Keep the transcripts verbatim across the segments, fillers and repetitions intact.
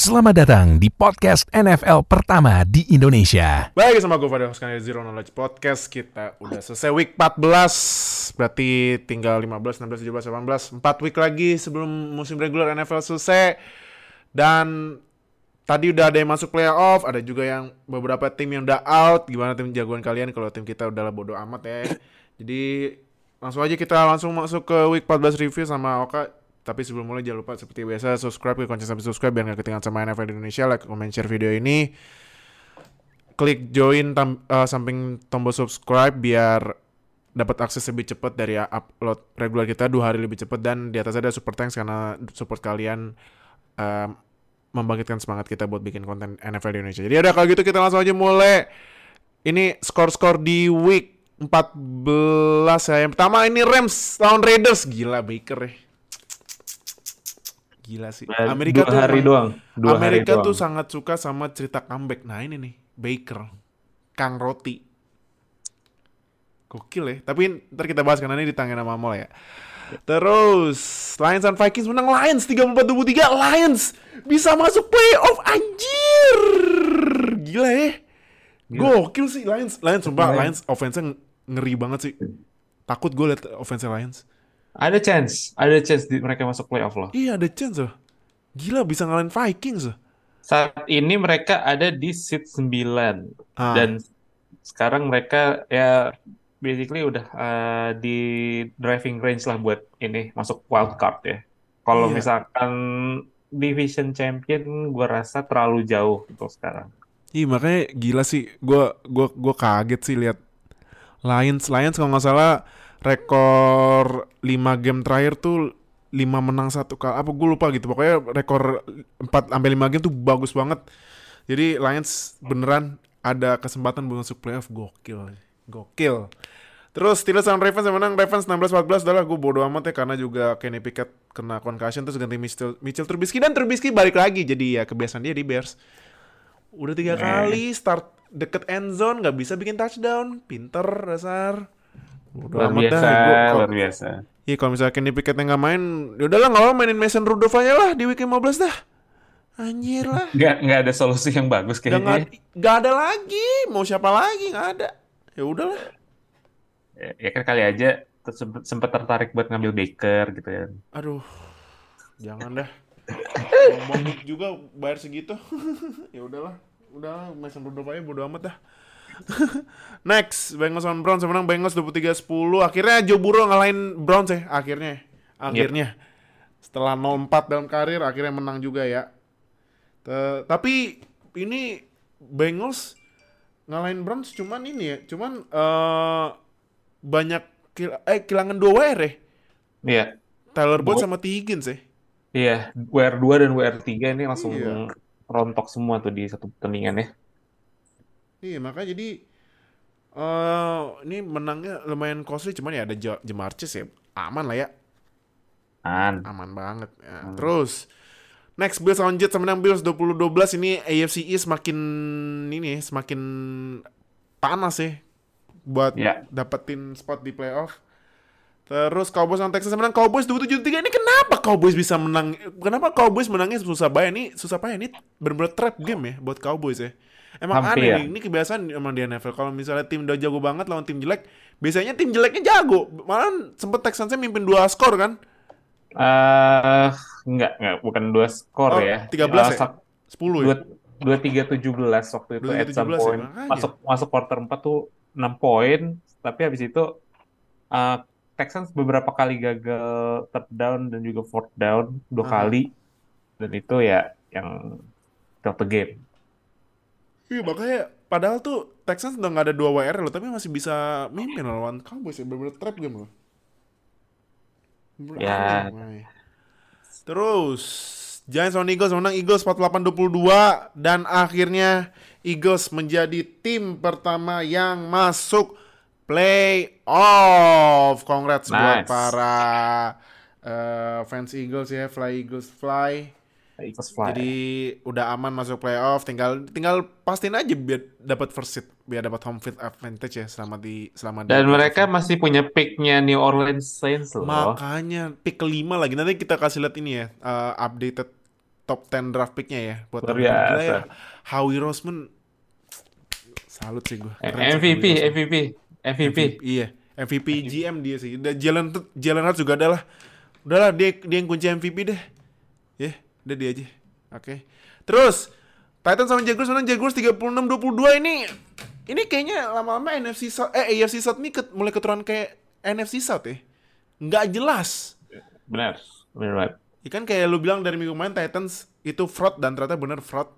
Selamat datang di podcast N F L pertama di Indonesia. Baik, sama gue Fadil Hoskan dari Zero Knowledge Podcast. Kita udah selesai week empat belas. Berarti tinggal lima belas, enam belas, tujuh belas, delapan belas. empat week lagi sebelum musim regular N F L selesai. Dan tadi udah ada yang masuk playoff. Ada juga yang beberapa tim yang udah out. Gimana tim jagoan kalian? Kalau tim kita udah bodo amat ya. Jadi langsung aja kita langsung masuk ke week empat belas review sama Oka. Tapi sebelum mulai jangan lupa seperti biasa subscribe ke konten sampai subscribe biar gak ketinggalan sama N F L di Indonesia. Like, comment, share video ini. Klik join tam- uh, samping tombol subscribe biar dapat akses lebih cepat dari upload regular kita dua hari lebih cepat. Dan di atas ada super thanks karena support kalian uh, membangkitkan semangat kita buat bikin konten N F L di Indonesia. Jadi udah kalau gitu kita langsung aja mulai. Ini skor-skor di week empat belas ya. Yang pertama ini Rams lawan Raiders. Gila Baker ya. Gila sih. Amerika dua tuh hari doang. Dua Amerika hari tuh doang. sangat suka sama cerita comeback. Nah ini nih, Baker, Kang Roti. Gokil ya. Tapi ntar kita bahas karena ini ditangin sama Mol ya. Terus Lions and Vikings menang Lions tiga puluh empat dua puluh tiga. Lions bisa masuk playoff, anjir. Gila ya. Gokil sih Lions. Lions sumpah Lions offense-nya ngeri banget sih. Takut gue liat offense Lions. Ada chance, ada chance di mereka masuk playoff loh. Iya ada chance loh. Gila bisa ngalahin Vikings loh. Saat ini mereka ada di seat sembilan Ah. dan sekarang mereka ya basically udah uh, di driving range lah buat ini masuk wild card ya. Kalau Iya. misalkan division champion, gue rasa terlalu jauh untuk sekarang. Iya makanya gila sih. Gue gua gua kaget sih lihat Lions Lions kalau nggak salah rekor lima game terakhir tuh lima menang satu kalah. Apa gue lupa gitu. Pokoknya rekor empat sampai lima game tuh bagus banget. Jadi Lions beneran ada kesempatan buat masuk playoff. Gokil. Gokil. Terus Steelers sama Ravens yang menang. Ravens enam belas empat belas. Udah lah gue bodo amat ya. Karena juga Kenny Pickett kena concussion. Terus ganti Mitchell, Mitchell Trubisky. Dan Trubisky balik lagi. Jadi ya kebiasaan dia di Bears. Udah tiga Eh. kali start deket end zone. Gak bisa bikin touchdown. Pinter dasar. Luar biasa, luar biasa. Iya kalau misalnya Kenny Pickett yang gak main, yaudahlah gak apa mainin Mason Rudolph aja lah di week lima belas dah. Anjir lah. Nggak, nggak ada solusi yang bagus Gak, kayaknya. gak, gak ada lagi. Mau siapa lagi? Gak ada. Ya udahlah. Ya, ya kan kali aja ter- sempat tertarik buat ngambil Baker gitu ya. Aduh. Jangan dah. Ngomong juga bayar segitu. Ya udahlah. Udahlah Mason Rudolph aja bodo amat dah. Next, Bengals lawan Browns menang Bengals dua puluh tiga sepuluh. Akhirnya Joe Burrow ngalahin Browns ya, akhirnya. Akhirnya. Yep. Setelah nol empat dalam karir akhirnya menang juga ya. T- tapi ini Bengals ngalahin Browns cuman ini ya, cuman uh, banyak kil- eh kehilangan dua W R ya. Iya. Tyler Boyd sama T Higgins ya. Iya, W R dua dan W R tiga ini langsung Iya. rontok semua tuh di satu pertandingan ya. Iya makanya jadi uh, ini menangnya lumayan costly, cuman ya ada J- Jamar Chase ya aman lah ya, An. aman banget ya. Hmm. Terus next Bills lawan Jets menang Bills dua puluh dua belas. Ini A F C East semakin ini semakin panas ya buat Ya. dapetin spot di playoff. Terus Cowboys lawan Texans menang Cowboys dua puluh tujuh tiga. Ini kenapa Cowboys bisa menang? Kenapa Cowboys menangnya susah banget? Ini susah payah, ini bener-bener trap game ya buat Cowboys ya. Emang Hampir. aneh nih, ini kebiasaan emang di N F L. Kalau misalnya tim udah jago banget lawan tim jelek, biasanya tim jeleknya jago. Malah sempet Texansnya mimpin dua skor kan? Eh, enggak, enggak, bukan dua skor Oh, ya. tiga belas Eh, ya? sak- sepuluh dua ya? dua tiga tujuh belas waktu itu dua tiga at some tujuh belas ya, point makanya. masuk masuk quarter empat tuh enam poin, tapi habis itu eh, Texans beberapa kali gagal third down dan juga fourth down dua Aha. kali, dan itu ya yang kill the game. Iya makanya padahal tuh Texans udah gak ada dua W R loh, tapi masih bisa mimpin lawan Cowboys ya. Bener-bener trap game loh. Bener Ya. aneh, makanya. Terus Giants lawan Eagles menang Eagles empat puluh delapan dua puluh dua. Dan akhirnya Eagles menjadi tim pertama yang masuk playoff. Congrats buat Nice. para uh, fans Eagles ya. Fly Eagles fly. Eagles fly. Jadi udah aman masuk playoff, tinggal tinggal pastiin aja biar dapat first seed, biar dapat home field advantage ya selama di selama di Dan mereka masih punya picknya New Orleans Saints loh. makanya pick kelima lagi. Nanti kita kasih lihat ini ya, uh, updated top sepuluh draft pick-nya ya buat Luar tahun depan. Gila ya, biasa. Howie Roseman salut sih gue. Keren sih M V P, Howie Roseman. M V P, M V P. M V P, iya. M V P G M dia sih. Dan Jalen Jalen Hurts juga adalah. Udahlah dia dia yang kunci M V P deh. Ya, yeah, udah dia aja. Oke. Okay. Terus Titans sama Jaguars menang. Jaguars tiga puluh enam dua puluh dua ini. Ini kayaknya lama-lama N F C South eh A F C South ini ke, mulai keturunan kayak N F C South ya. Nggak jelas. Benar, benar banget. Ya kan kayak lu bilang dari minggu kemarin Titans itu fraud dan ternyata bener fraud.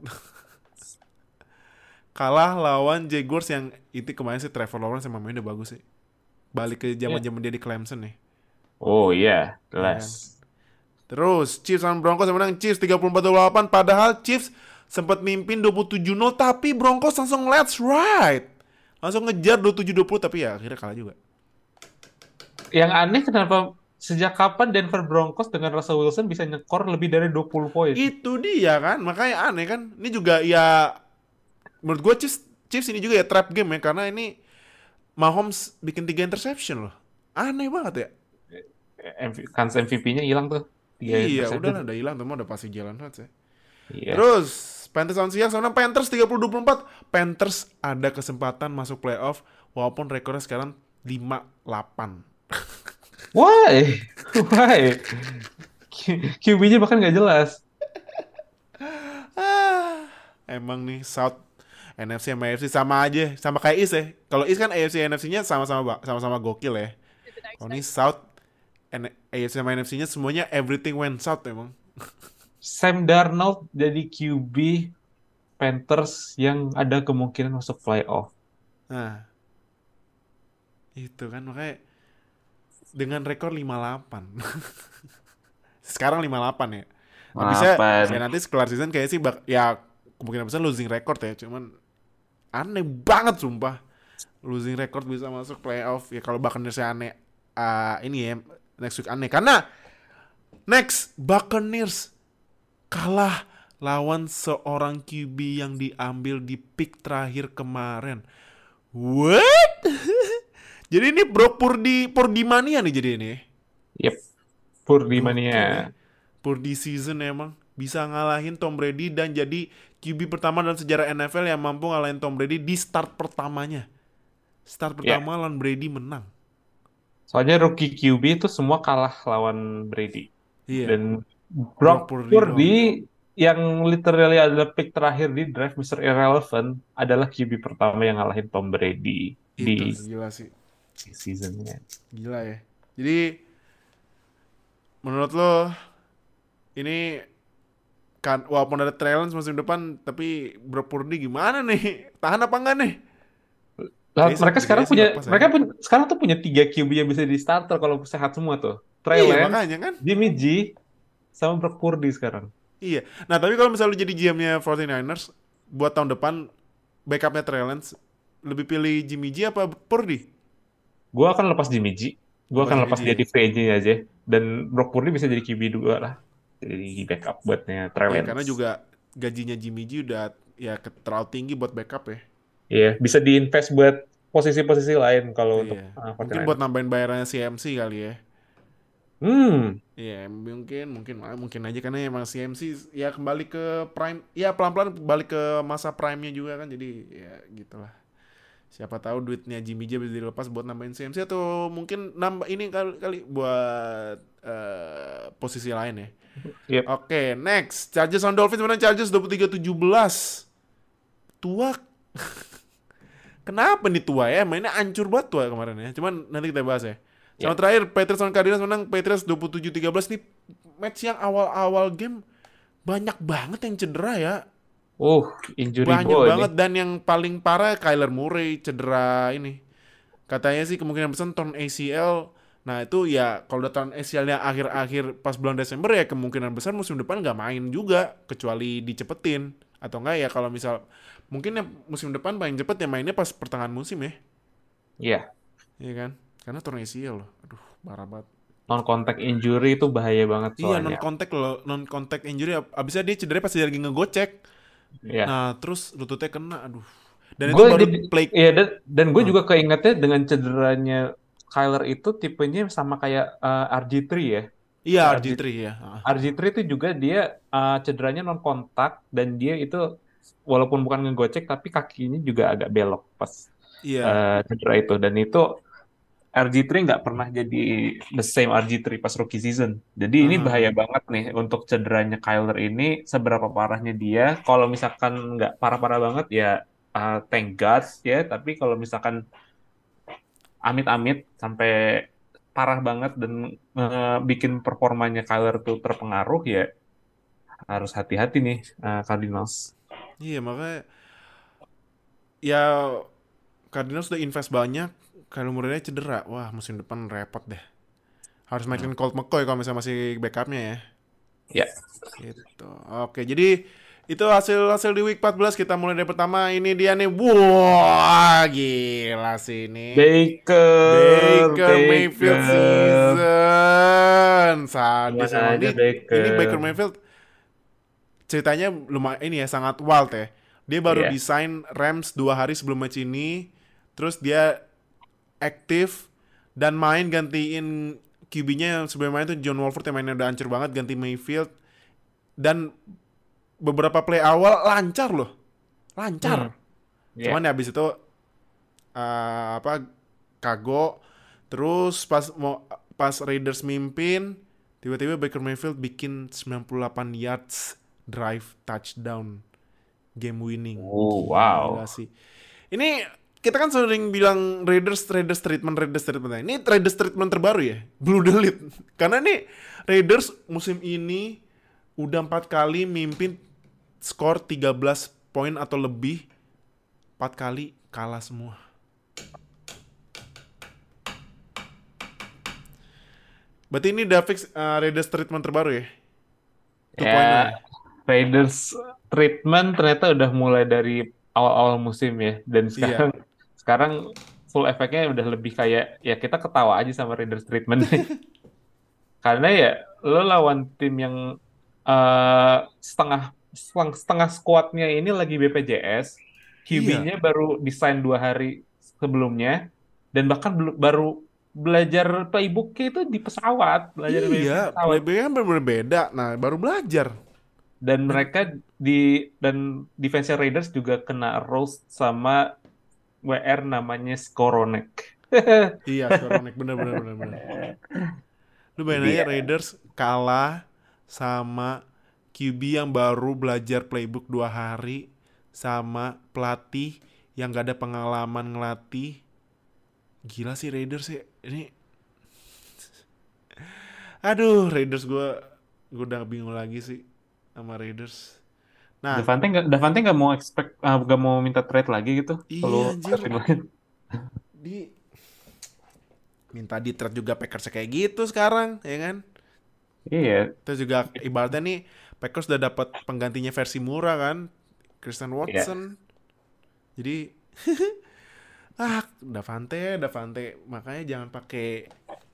Kalah lawan Jaguars yang itu kemarin sih Trevor Lawrence sama mainnya udah bagus sih. Balik ke zaman-zaman dia di Clemson nih. Oh iya, Ya kan? jelas. Terus Chiefs sama Broncos menang. Chiefs tiga puluh empat dua puluh delapan. Padahal Chiefs sempat mimpin dua puluh tujuh nol. Tapi Broncos langsung let's right. Langsung ngejar dua puluh tujuh dua puluh. Tapi ya akhirnya kalah juga. Yang aneh kenapa sejak kapan Denver Broncos dengan Russell Wilson bisa nyekor lebih dari dua puluh poin? Itu dia kan. Makanya aneh kan. Ini juga ya menurut gue Chiefs, Chiefs ini juga ya trap game ya. Karena ini Mahomes bikin tiga interception loh. Aneh banget ya. M V, kans M V P-nya hilang tuh. Tiga Iya interception. udah lah udah hilang. Teman udah pasti jalan Hurts ya. Iya. Terus Panthers lawan Seahawks menang. Panthers tiga puluh dua puluh empat. Panthers ada kesempatan masuk playoff walaupun rekornya sekarang lima delapan. Why? Why? Q B-nya bahkan nggak jelas. Ah, emang nih South N F C sama A F C sama aja, sama kayak East ya. Kalau East kan A F C N F C-nya sama-sama ba- sama-sama gokil ya. Kalau ini South N- A F C sama N F C-nya semuanya everything went south emang. Sam Darnold jadi Q B Panthers yang ada kemungkinan masuk playoff. Nah, itu kan makanya dengan rekor lima delapan. Sekarang lima delapan ya. Habisnya Delapan. ya nanti kelar season kayak sih bak- ya kemungkinan besar losing record ya. Cuman aneh banget sumpah. Losing record bisa masuk playoff. Ya kalau Buccaneers aneh uh, ini ya next week aneh karena next Buccaneers kalah lawan seorang Q B yang diambil di pick terakhir kemarin. What? Jadi ini Brock Purdy Purdy mania nih jadi ini. Yep. Purdy mania. Purdy season emang bisa ngalahin Tom Brady dan jadi Q B pertama dalam sejarah N F L yang mampu ngalahin Tom Brady di start pertamanya. Start pertama yeah. lawan Brady menang. Soalnya rookie Q B itu semua kalah lawan Brady. Iya. Dan Brock, Brock Purdy, Purdy yang literally adalah pick terakhir di draft mister Irrelevant adalah Q B pertama yang ngalahin Tom Brady. Itu di gila sih. Seasonnya. Gila ya. Jadi menurut lo ini kan walaupun ada Trellens musim depan tapi Brock Purdy gimana nih? Tahan apa enggak nih? Nah, mereka sekarang punya mereka pun sekarang tuh punya tiga Q B yang bisa di starter kalau sehat semua tuh. Trellens, iya, makanya kan. Jimmy G sama Brock Purdy sekarang. Iya. Nah, tapi kalau misalnya lu jadi G M-nya forty-niners buat tahun depan backupnya Trellens lebih pilih Jimmy G apa Purdy? Gua akan lepas Jimmy G. Gua akan lepas dia di free agent aja. Dan Brock Purdy bisa jadi Q B dua lah. Jadi backup buatnya Trellens. Ya, karena juga gajinya Jimmy G udah ya terlalu tinggi buat backup ya. Iya, bisa diinvest buat posisi-posisi lain kalau untuk iya. uh, mungkin buat nambahin bayarannya C M C kali ya. Hmm. Iya, mungkin mungkin mungkin aja karena emang C M C ya kembali ke prime. Ya pelan-pelan balik ke masa prime-nya juga kan. Jadi ya gitulah. Siapa tahu duitnya Jimmy G bisa dilepas buat nambahin C M C atau mungkin nambah ini kali, kali buat uh, posisi lain ya. Yep. Oke, okay, next. Chargers on Dolphins menang Chargers dua puluh tiga tujuh belas. Tua. Kenapa nih Tua ya? Mainnya hancur banget Tua kemarin ya. Cuman nanti kita bahas ya. Sama yeah. terakhir Patriots on Cardinals menang Patriots dua puluh tujuh tiga belas nih match yang awal-awal game banyak banget yang cedera ya. Oh, injury banyak boy banget nih. Dan yang paling parah Kyler Murray cedera ini. Katanya sih kemungkinan besar torn A C L. Nah itu ya kalau udah torn A C L-nya akhir-akhir pas bulan Desember ya kemungkinan besar musim depan nggak main juga kecuali dicepetin atau enggak ya kalau misal mungkin ya musim depan paling cepet ya mainnya pas pertengahan musim ya. Iya. Yeah. Iya kan? Karena torn A C L loh. Aduh, parah banget. Non contact injury itu bahaya banget soalnya. Iya, non contact loh, non contact injury. Abisnya dia cedera pas dia lagi ngegocek. Iya. Nah, terus lututnya kena. Aduh. Dan gua itu baru jadi, play. Iya, dan, dan gue hmm. juga keingetnya dengan cederanya Kyler itu tipenya sama kayak uh, R G three ya. Iya, RG, R G tiga ya. Ah. R G tiga itu juga dia uh, cederanya non kontak dan dia itu walaupun bukan ngegocek tapi kakinya juga agak belok pas Iya. uh, cedera itu dan itu R G tiga nggak pernah jadi the same R G tiga pas rookie season. Jadi ini bahaya Aha. banget nih untuk cederanya Kyler ini seberapa parahnya dia. Kalau misalkan nggak parah-parah banget ya uh, thank God ya. Tapi kalau misalkan amit-amit sampai parah banget dan uh, bikin performanya Kyler tuh terpengaruh ya harus hati-hati nih uh, Cardinals. Iya, makanya ya Cardinals sudah invest banyak, kalau Murray cedera, wah musim depan repot deh. Harus Hmm. mainin Colt McCoy kalau misalnya masih backupnya ya. Ya, Gitu. Oke, jadi itu hasil-hasil di week empat belas. Kita mulai dari pertama. Ini dia nih. Wah, gila sih ini. Baker, Baker Mayfield Baker, season. Sadis gimana emang. aja Ini, ini Baker? Baker Mayfield ceritanya lumayan ini ya, sangat wild ya. Dia baru Iya. desain Rams dua hari sebelum match ini. Terus dia aktif dan main gantiin Q B-nya yang sebelum main itu John Wolford yang mainnya udah hancur banget, ganti Mayfield. Dan beberapa play awal lancar loh. Hmm. Lancar. Iya. Cuman ya abis itu uh, apa kagok. Terus pas mau pas Raiders mimpin, tiba-tiba Baker Mayfield bikin sembilan puluh delapan yards drive touchdown game winning. Oh, Gila wow. sih. Ini kita kan sering bilang Raiders Raiders treatment Raiders treatment. Ini Raiders treatment terbaru ya. Blue Delete. Karena nih Raiders musim ini udah empat kali mimpin skor tiga belas poin atau lebih. empat kali kalah semua. Berarti ini udah fix uh, Raiders treatment terbaru ya? dua titik nol Ya, ya? Raiders treatment ternyata udah mulai dari awal-awal musim ya. Dan Iya. sekarang sekarang full efeknya udah lebih kayak ya kita ketawa aja sama Raiders treatment. Karena ya lo lawan tim yang eh, setengah setengah, setengah squadnya ini lagi B P J S, Iya. Q B-nya baru desain dua hari sebelumnya, dan bahkan belu- baru belajar playbook itu di pesawat, belajar playbook di Iya, pesawat. playboy kan berbeda. Nah, baru belajar. Dan Dan mereka di dan defense Raiders juga kena roast sama W R namanya Skoronek. iya, Skoronek bener bener bener bener. Lu bayangin Jadi aja ya, Raiders kalah sama Q B yang baru belajar playbook dua hari sama pelatih yang gak ada pengalaman ngelatih. Gila sih Raiders sih. Ini aduh, Raiders gue gue udah bingung lagi sih sama Raiders. Nah, Davante nggak Davante nggak mau expect ah, nggak mau minta trade lagi gitu kalau iya ada anjir tim lain. di minta di trade juga Packers kayak gitu sekarang, ya kan? Iya, Terus juga ibaratnya nih Packers udah dapat penggantinya versi murah kan, Christian iya. Watson. Jadi ah Davante, Davante makanya jangan pakai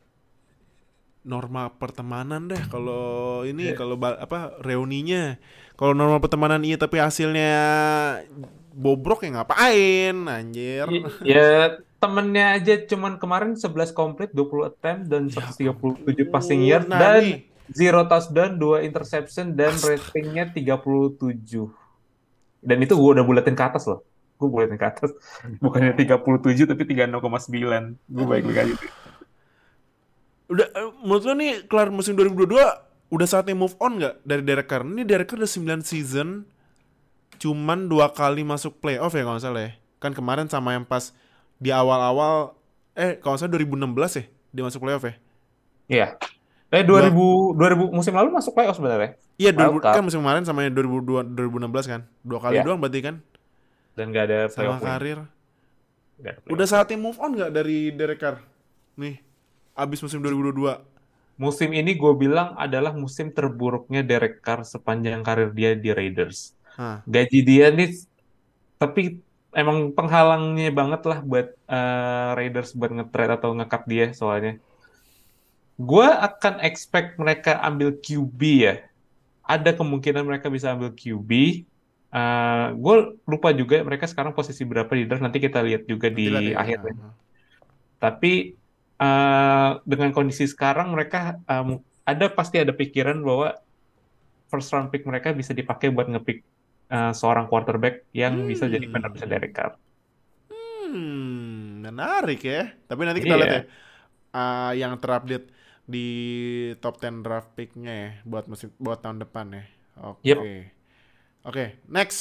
norma pertemanan deh kalau ini Ya, kalau ba- apa reuninya. Kalau norma pertemanan iya tapi hasilnya bobrok ya ngapain anjir. I- ya temennya aja cuman kemarin sebelas komplit, dua puluh attempt dan Ya seratus tiga puluh tujuh passing ampun. yard Nah dan nih, zero touchdown, dua interception dan astaga. ratingnya tiga puluh tujuh. Dan itu gue udah buletin ke atas loh. Gue buletin ke atas. Bukannya tiga puluh tujuh tapi tiga puluh enam koma sembilan. Gue baik-baik aja sih. Udah eh, menurut lo nih kelar musim dua ribu dua puluh dua udah saatnya move on nggak dari Derek Carr? Ini Derek Carr udah sembilan season, cuman dua kali masuk playoff ya kalau nggak salah ya. Kan kemarin sama yang pas di awal-awal, eh kalau nggak salah dua ribu enam belas ya dia masuk playoff ya. Iya. Eh dua Dua, ribu dua ribu musim lalu masuk playoff sebenarnya. iya dua ribu Wild card. kan musim kemarin sama yang dua ribu dua, dua ribu enam belas kan. Dua kali Ya. doang berarti kan Dan gak ada sama playoff win. karir. Gak ada Udah playoff win. saatnya move on nggak dari Derek Carr? Nih, abis musim dua ribu dua puluh dua. Musim ini gue bilang adalah musim terburuknya Derek Carr sepanjang karir dia di Raiders. Hah. Gaji dia nih, tapi emang penghalangnya banget lah buat eh, Raiders buat nge-trade atau nge-cut dia soalnya. Gue akan expect mereka ambil Q B ya. Ada kemungkinan mereka bisa ambil Q B. Eh gue lupa juga mereka sekarang posisi berapa di draft. Nanti kita lihat juga Nanti lah di deh. akhirnya. Hah. Tapi eh, dengan kondisi sekarang mereka eh, ada pasti ada pikiran bahwa first round pick mereka bisa dipakai buat ngepick uh, seorang quarterback yang bisa jadi penerusnya Hmm. Derek Carr. Hmm, menarik ya. Tapi nanti kita lihat ya. Iya. Ah, yang terupdate di top sepuluh draft pick-nya ya buat musim buat tahun depan ya. Yep. Oke. Oke, next.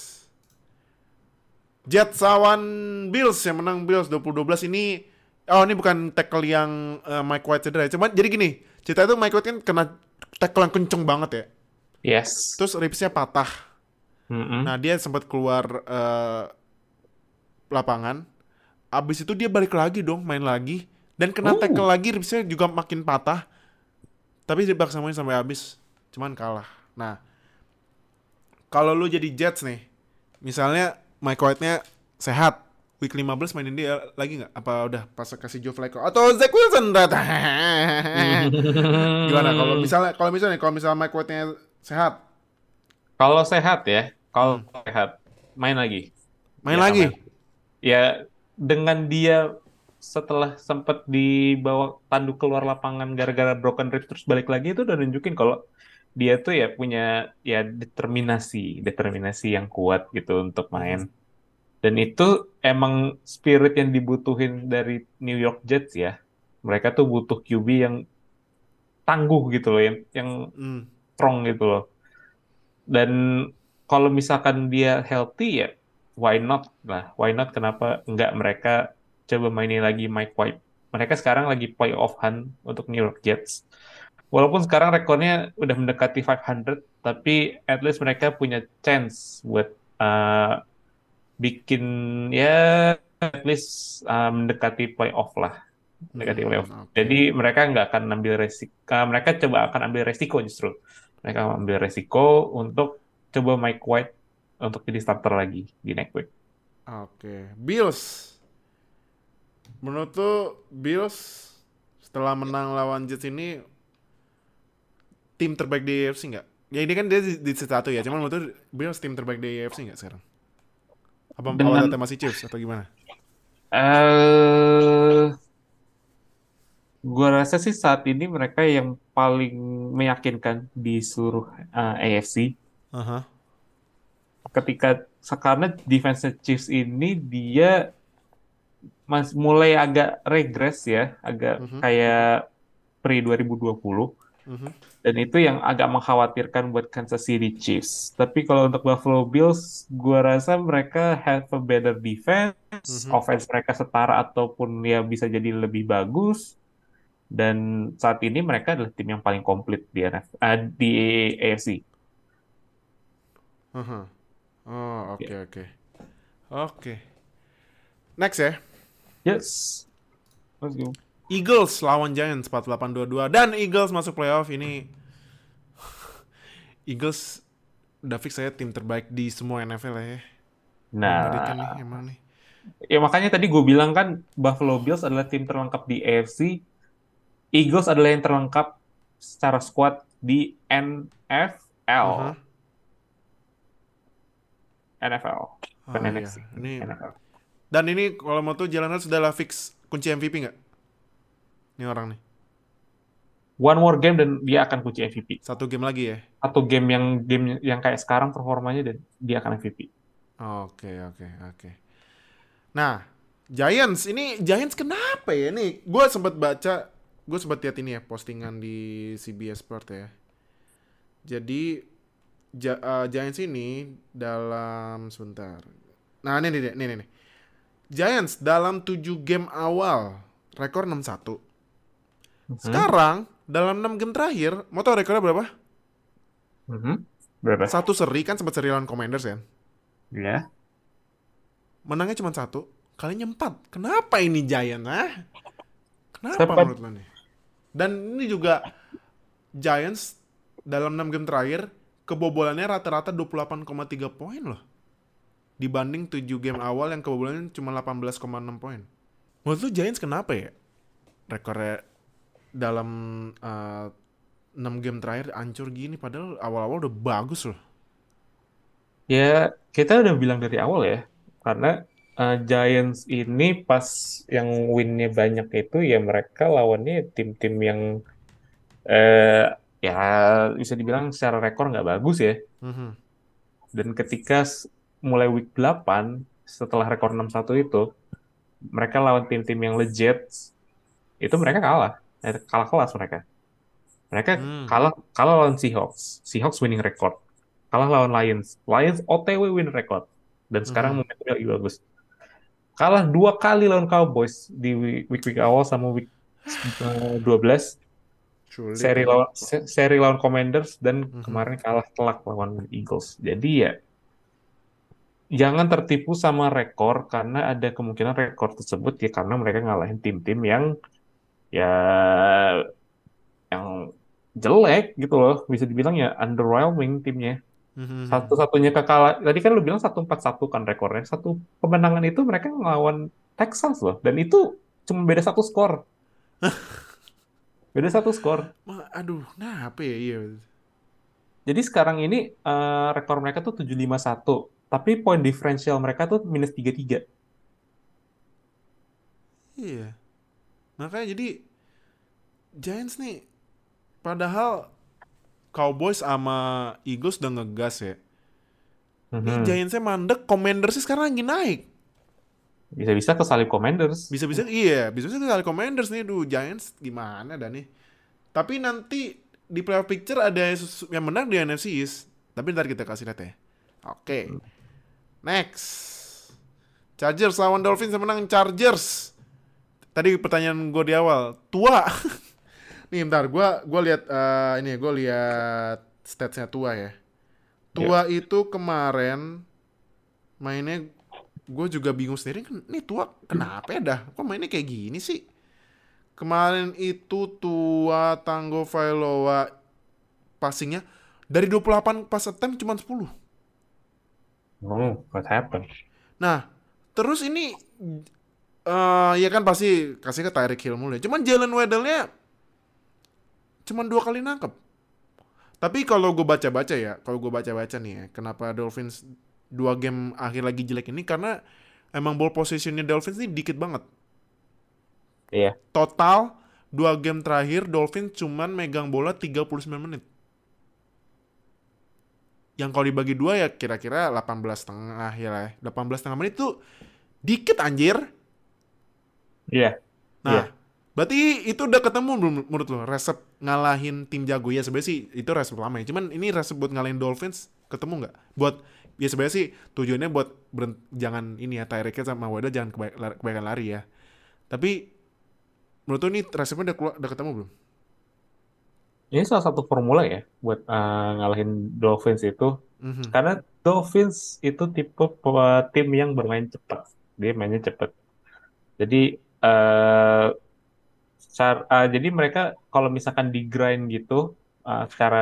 Jets lawan Bills yang menang Bills dua puluh dua belas ini. Oh, ini bukan tackle yang eh, Mike White cedera ya. Cuman jadi gini, cerita itu Mike White kan kena tackle yang kenceng banget ya. Yes. Terus ribsnya patah. Mm-mm. Nah, dia sempat keluar eh, lapangan. Abis itu dia balik lagi dong, main lagi. Dan kena tackle Oh. lagi, ribsnya juga makin patah. Tapi dia bakal main sampai habis. Cuman kalah. Nah, kalau lu jadi Jets nih, misalnya Mike White-nya sehat, week lima belas mainin dia lagi nggak? Apa udah pas kasih Joe Flacco atau Zach Wilson? Gimana kalau misalnya kalau misalnya kalau misalnya Mike White-nya sehat, Kalau sehat ya, kalau hmm, sehat main lagi. main Dia akan main. lagi. Ya dengan dia setelah sempat dibawa tanduk keluar lapangan gara-gara broken ribs terus balik lagi itu udah nunjukin kalau dia tuh ya punya ya determinasi, determinasi yang kuat gitu untuk main. Mhm, Dan itu emang spirit yang dibutuhin dari New York Jets ya. Mereka tuh butuh Q B yang tangguh gitu loh, yang yang hmm, strong gitu loh. Dan kalau misalkan dia healthy ya, why not lah? Why not? Kenapa nggak mereka coba mainin lagi Mike White? Mereka sekarang lagi playoff hunt untuk New York Jets. Walaupun sekarang rekornya udah mendekati lima ratus, tapi at least mereka punya chance buat uh, bikin ya at least uh, mendekati playoff lah, mendekati playoff. hmm, oke. Jadi mereka nggak akan ambil resiko, mereka coba akan ambil resiko justru. Mereka ambil resiko untuk coba Mike White untuk jadi starter lagi di next week. Oke. Bills. Menurut tuh Bills setelah menang lawan Jets ini tim terbaik di A F C nggak? Ya ini kan dia di, di satu ya. Cuman menurut tuh Bills tim terbaik di A F C nggak sekarang? Apa awal Dengan data masih Chiefs atau gimana? eh gua rasa sih saat ini mereka yang paling meyakinkan di seluruh eh, A F C. Aha. Ketika karena defense Chiefs ini dia mas mulai agak regres ya, agak Mhm. kayak pre dua ribu dua puluh. Mhm. Dan itu yang agak mengkhawatirkan buat Kansas City Chiefs. Tapi kalau untuk Buffalo Bills, gua rasa mereka have a better defense, Mhm. offense mereka setara ataupun ya bisa jadi lebih bagus. Dan saat ini mereka adalah tim yang paling komplit di N F, eh, di A F C. Aha. Oh, Ya. oke oke. Oke. Next ya. Yes. Let's go. Eagles lawan Giants empat puluh delapan dua puluh dua dan Eagles masuk playoff ini. Eagles udah fix saya tim terbaik di semua N F L ya. Mengerikan nih Nah, emang nih. ya makanya tadi gue bilang kan Buffalo Bills adalah tim terlengkap di A F C. Eagles adalah yang terlengkap secara squad di N F L. Aha. N F L. Bukan Oh iya, N F C. ini N F L. dan ini kalau mau tuh Jalen Hurts sudah fix kunci M V P nggak? Ini orang nih. One more game dan dia akan kunci M V P. Satu game lagi ya. Atau game yang game yang kayak sekarang performanya dan dia akan M V P. Oke oke oke. Nah, Giants ini Giants kenapa ya nih? Gue sempat baca, gue sempat lihat ini ya postingan di C B S Sport ya. Jadi Ja- uh, Giants ini dalam sebentar. Nah, ini nih, nih, nih, nih. Giants dalam tujuh game awal rekor enam satu. Mhm. Sekarang dalam enam game terakhir, mau tau rekornya berapa? Mhm. Berapa? Satu seri kan sempat seri lawan Commanders kan. Ya. Menangnya cuma satu, kalinya empat. Kenapa ini Giants, ah? Kenapa Sempat menurut lo nih? Dan ini juga Giants dalam enam game terakhir kebobolannya rata-rata dua puluh delapan koma tiga poin loh. Dibanding tujuh game awal yang kebobolannya cuma delapan belas koma enam poin. Menurut lu Giants kenapa ya? Rekornya dalam uh, enam game terakhir hancur gini padahal awal-awal udah bagus loh. ya kita udah bilang dari awal ya karena uh, Giants ini pas yang winnya banyak itu ya mereka lawannya tim-tim yang Eh, ya bisa dibilang secara rekor nggak bagus ya. Mhm. Dan ketika s- mulai week delapan setelah rekor enam satu itu, mereka lawan tim-tim yang legit, itu mereka kalah. Eh, Kalah kelas mereka. Mereka Hmm. kalah kalah lawan Seahawks. Seahawks winning record. Kalah lawan Lions. Lions O T W win record. Dan sekarang Mhm. momentumnya lagi bagus. Kalah dua kali lawan Cowboys di week-week awal sama week eh, dua belas. Sulit Seri ya. lawan se- seri lawan Commanders dan Mhm. kemarin kalah telak lawan Eagles. Jadi ya jangan tertipu sama rekor karena ada kemungkinan rekor tersebut ya karena mereka ngalahin tim-tim yang ya yang jelek gitu loh. Bisa dibilang ya underwhelming timnya. Mhm. Satu-satunya kekalahan, tadi kan lu bilang satu empat satu kan rekornya. Satu kemenangan itu mereka ngelawan Texans loh. Dan itu cuma beda satu skor. Beda satu skor. Ma- aduh, nah apa ya? Iya. Jadi sekarang ini eh, rekor mereka tuh tujuh lima satu. Tapi point differential mereka tuh minus tiga tiga. Iya. Makanya jadi Giants nih padahal Cowboys sama Eagles udah ngegas ya. Nih Mhm. Giantsnya mandek, Commanders sekarang lagi naik. Bisa-bisa kesalip Commanders. Bisa-bisa iya, bisa-bisa kali Commanders nih, duh Giants gimana dah nih. Tapi nanti di playoff picture ada yang menang di N F C East. Tapi ntar kita kasih lihat ya. Oke, next. Chargers lawan Dolphins yang menang Chargers. Tadi pertanyaan gue di awal, tua. Nih bentar, gue gue lihat eh, ini gue lihat statsnya tua ya. Ya. Tua itu kemarin mainnya gue juga bingung sendiri. Nih tua kenapa ya dah? Kok mainnya kayak gini sih? Kemarin itu Tua Tango Vailoa passingnya dari dua puluh delapan pas attempt cuma sepuluh. Oh, what happened? Nah, terus ini eh ya kan pasti kasih ke Tyreek Hill mulu ya. Cuman Jalen Waddle-nya cuma dua kali nangkep. Tapi kalau gue baca-baca ya, kalau gue baca-baca nih ya, kenapa Dolphins dua game akhir lagi jelek ini karena emang ball positionnya Dolphins ini dikit banget. Iya. Total dua game terakhir Dolphins cuman megang bola tiga puluh sembilan menit. Yang kalau dibagi dua ya kira-kira delapan belas setengah ya lah. delapan belas setengah menit tuh dikit anjir. Iya. Iya. Nah, berarti itu udah ketemu belum menurut lo resep ngalahin tim jago ya sebenarnya sih itu resep lama ya. Cuman ini resep buat ngalahin Dolphins ketemu nggak? Buat ya sebenarnya sih tujuannya buat berhenti, jangan ini ya Tyreek sama Waddle jangan keba- lari- kebanyakan lari ya. Tapi menurut lo ini resepnya udah, keluar, udah ketemu belum? Ini salah satu formula ya buat eh, ngalahin Dolphins itu. Mhm. Karena Dolphins itu tipe pe- tim yang bermain cepat. Dia mainnya cepat. Jadi eh secara- eh, jadi mereka kalau misalkan di grind gitu eh, secara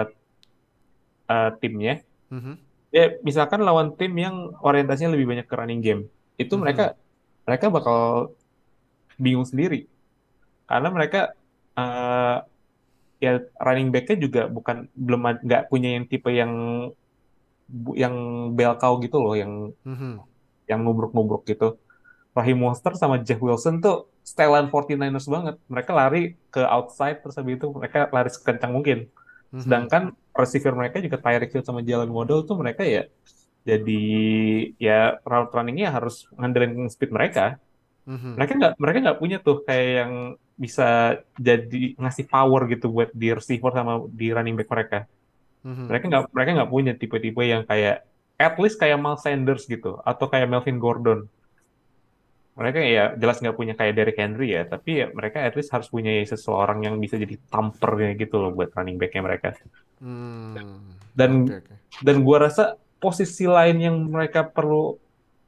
eh, timnya, Mhm. ya misalkan lawan tim yang orientasinya lebih banyak ke running game, itu mereka Mhm. mereka bakal bingung sendiri karena mereka eh, ya running back-nya juga bukan belum ad- nggak punya yang tipe yang bu- yang bell cow gitu loh, yang Mhm. yang nubruk-nubruk gitu. Raheem Monster sama Jeff Wilson tuh setelan empat puluh sembilan ers banget. Mereka lari ke outside terus habis itu mereka lari sekencang mungkin. Mhm. Sedangkan receiver mereka juga Tyreek Hill sama Jalen Waddle tuh mereka ya jadi ya route runningnya harus ngandelin speed mereka. Mhm. Mereka nggak mereka nggak punya tuh kayak yang bisa jadi ngasih power gitu buat di receiver sama di running back mereka. Mhm. Mereka nggak mereka nggak punya tipe-tipe yang kayak at least kayak Miles Sanders gitu atau kayak Melvin Gordon. Mereka ya jelas nggak punya kayak Derrick Henry ya, tapi ya mereka at least harus punya seseorang yang bisa jadi tampernya gitu loh buat running backnya mereka. Hmm. Oke, Dan oke. dan gua rasa posisi lain yang mereka perlu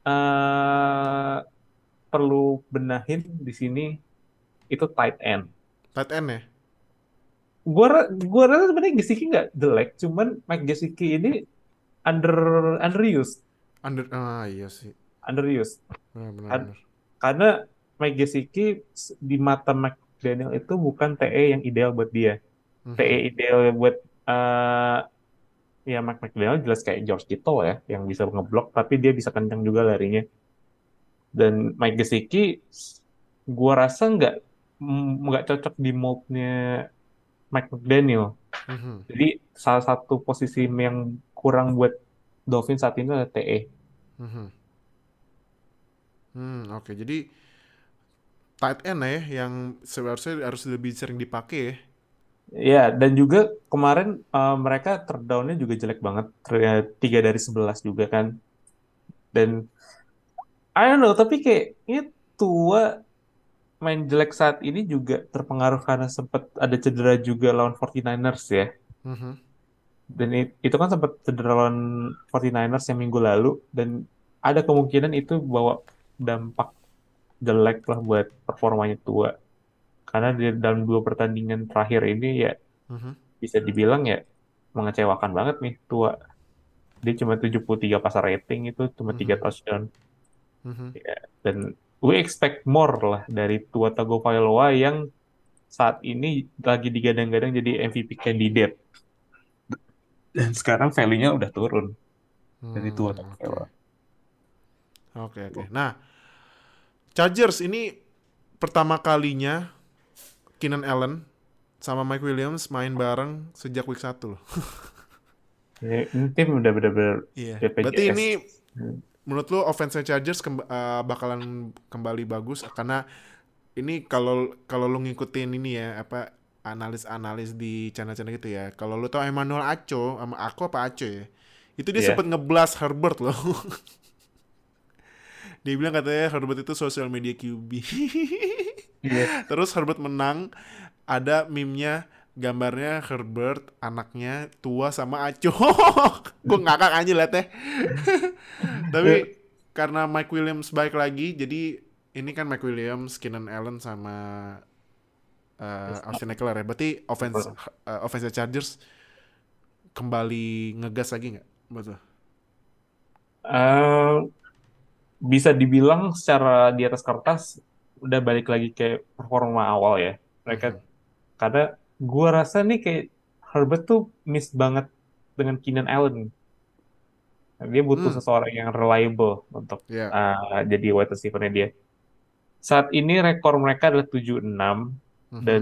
eh perlu benahin di sini itu tight end. Tight end ya? Gua ra- gua rasa sebenarnya Gesicki nggak jelek, cuman Mike Gesicki ini under underused, Under ah iya sih. underused. Benar benar Kan- benar. Karena Mike Gesicki s- di mata McDaniel itu bukan T E yang ideal buat dia. T E Mhm. ideal buat eh ya Mike McDaniel jelas kayak George Kittle ya, yang bisa ngeblok tapi dia bisa kencang juga larinya. Dan Mike Gesicki, s- gua rasa nggak mm, nggak cocok di moldnya Mike McDaniel. Mhm. Jadi salah satu posisi yang kurang buat Dolphins saat ini adalah T E. Mhm. Hmm, oke. Jadi tight end ya yang seharusnya harus lebih sering dipakai ya. Ya, dan juga kemarin eh, mereka third down-nya juga jelek banget. Ter- Tiga dari sebelas juga kan. Dan I don't know, tapi kayak ini tua main jelek saat ini juga terpengaruh karena sempat ada cedera juga lawan 49ers ya. Mhm. Dan it- itu kan sempat cedera lawan 49ers yang minggu lalu. Dan ada kemungkinan itu bawa dampak jelek lah buat performanya tua. Karena di dalam dua pertandingan terakhir ini ya Mhm. bisa dibilang ya mengecewakan banget nih tua. Dia cuma tujuh puluh tiga pasar rating itu cuma tiga Mhm. touchdown. Mhm. Ya, dan we expect more lah dari Tua Tagovailoa yang saat ini lagi digadang-gadang jadi M V P candidate. Dan sekarang value-nya udah turun dari Tua Hmm, oke. Tagovailoa. Oke, oke. Nah, Chargers ini pertama kalinya Keenan Allen sama Mike Williams main bareng sejak week satu loh. Ya, ini tim udah bener-bener Iya. Berarti B P J S. ini menurut lu offense Chargers kemb- eh, bakalan kembali bagus karena ini kalau kalau lu ngikutin ini ya apa analis-analis di channel-channel gitu ya. Kalau lu tau Emmanuel Acho sama aku apa Acho ya. Itu dia Iya. sempet ngeblas Herbert loh. Dia bilang katanya Herbert itu social media Q B. Iya. Terus Herbert menang, ada meme-nya gambarnya Herbert anaknya tua sama Aco. Gue ngakak aja liat ya. Tapi karena Mike Williams baik lagi, jadi ini kan Mike Williams, Keenan Allen sama uh, Austin Eckler ya. Berarti offense uh, offense Chargers kembali ngegas lagi nggak? Betul. Eh, bisa dibilang secara di atas kertas udah balik lagi ke performa awal ya. Mereka Mhm. karena gua rasa nih kayak Herbert tuh miss banget dengan Keenan Allen. Dia butuh Hmm, seseorang yang reliable untuk ya. uh, jadi wide receiver-nya dia. Saat ini rekor mereka adalah tujuh enam Mhm. dan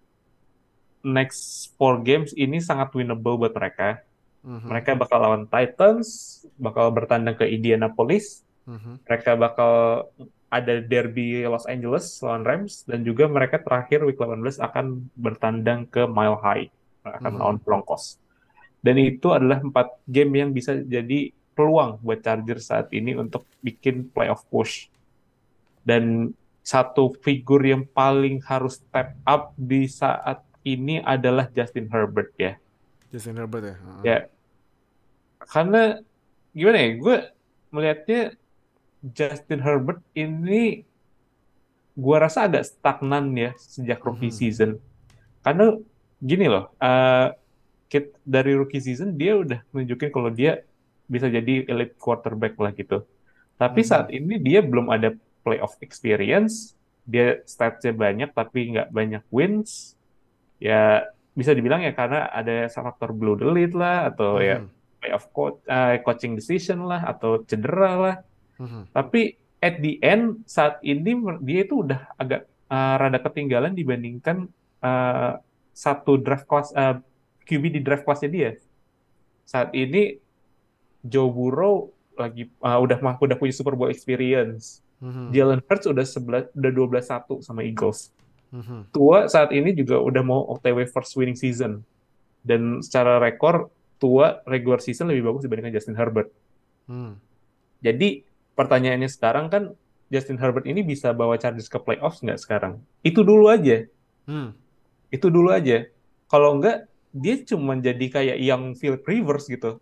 next four games ini sangat winnable buat mereka. Mhm. Mereka bakal lawan Titans, bakal bertandang ke Indianapolis, Mhm. mereka bakal ada derby Los Angeles lawan Rams, dan juga mereka terakhir week delapan belas akan bertandang ke Mile High, akan lawan Mhm. Broncos. Dan itu adalah empat game yang bisa jadi peluang buat Chargers saat ini untuk bikin playoff push. Dan satu figur yang paling harus step up di saat ini adalah Justin Herbert ya. Justin Herbert ya. Heeh. Ya, karena gimana ya, gue melihatnya Justin Herbert ini gue rasa agak stagnan ya sejak rookie Mhm. season. Karena gini loh, eh, kit- dari rookie season dia udah nunjukin kalau dia bisa jadi elite quarterback lah gitu. Tapi saat Mhm. ini dia belum ada playoff experience, dia statsnya banyak tapi nggak banyak wins. Ya bisa dibilang ya karena ada faktor blue the lead lah, atau ya Mhm. playoff coach, eh, coaching decision lah, atau cedera lah. Mhm. Tapi at the end saat ini mer- dia itu udah agak eh, rada ketinggalan dibandingkan eh, satu draft class eh, Q B di draft classnya dia. Saat ini Joe Burrow lagi uh, udah mah udah punya Super Bowl experience. Mhm. Jalen Hurts udah sebelas udah dua belas satu sama Eagles. Mhm. Tua saat ini juga udah mau O T W first winning season. Dan secara rekor Tua regular season lebih bagus dibandingkan Justin Herbert. Mhm. Jadi pertanyaannya sekarang kan Justin Herbert ini bisa bawa Chargers ke playoffs nggak sekarang? Itu dulu aja. Hmm. Itu dulu aja. Kalau nggak dia cuma jadi kayak yang Philip Rivers gitu.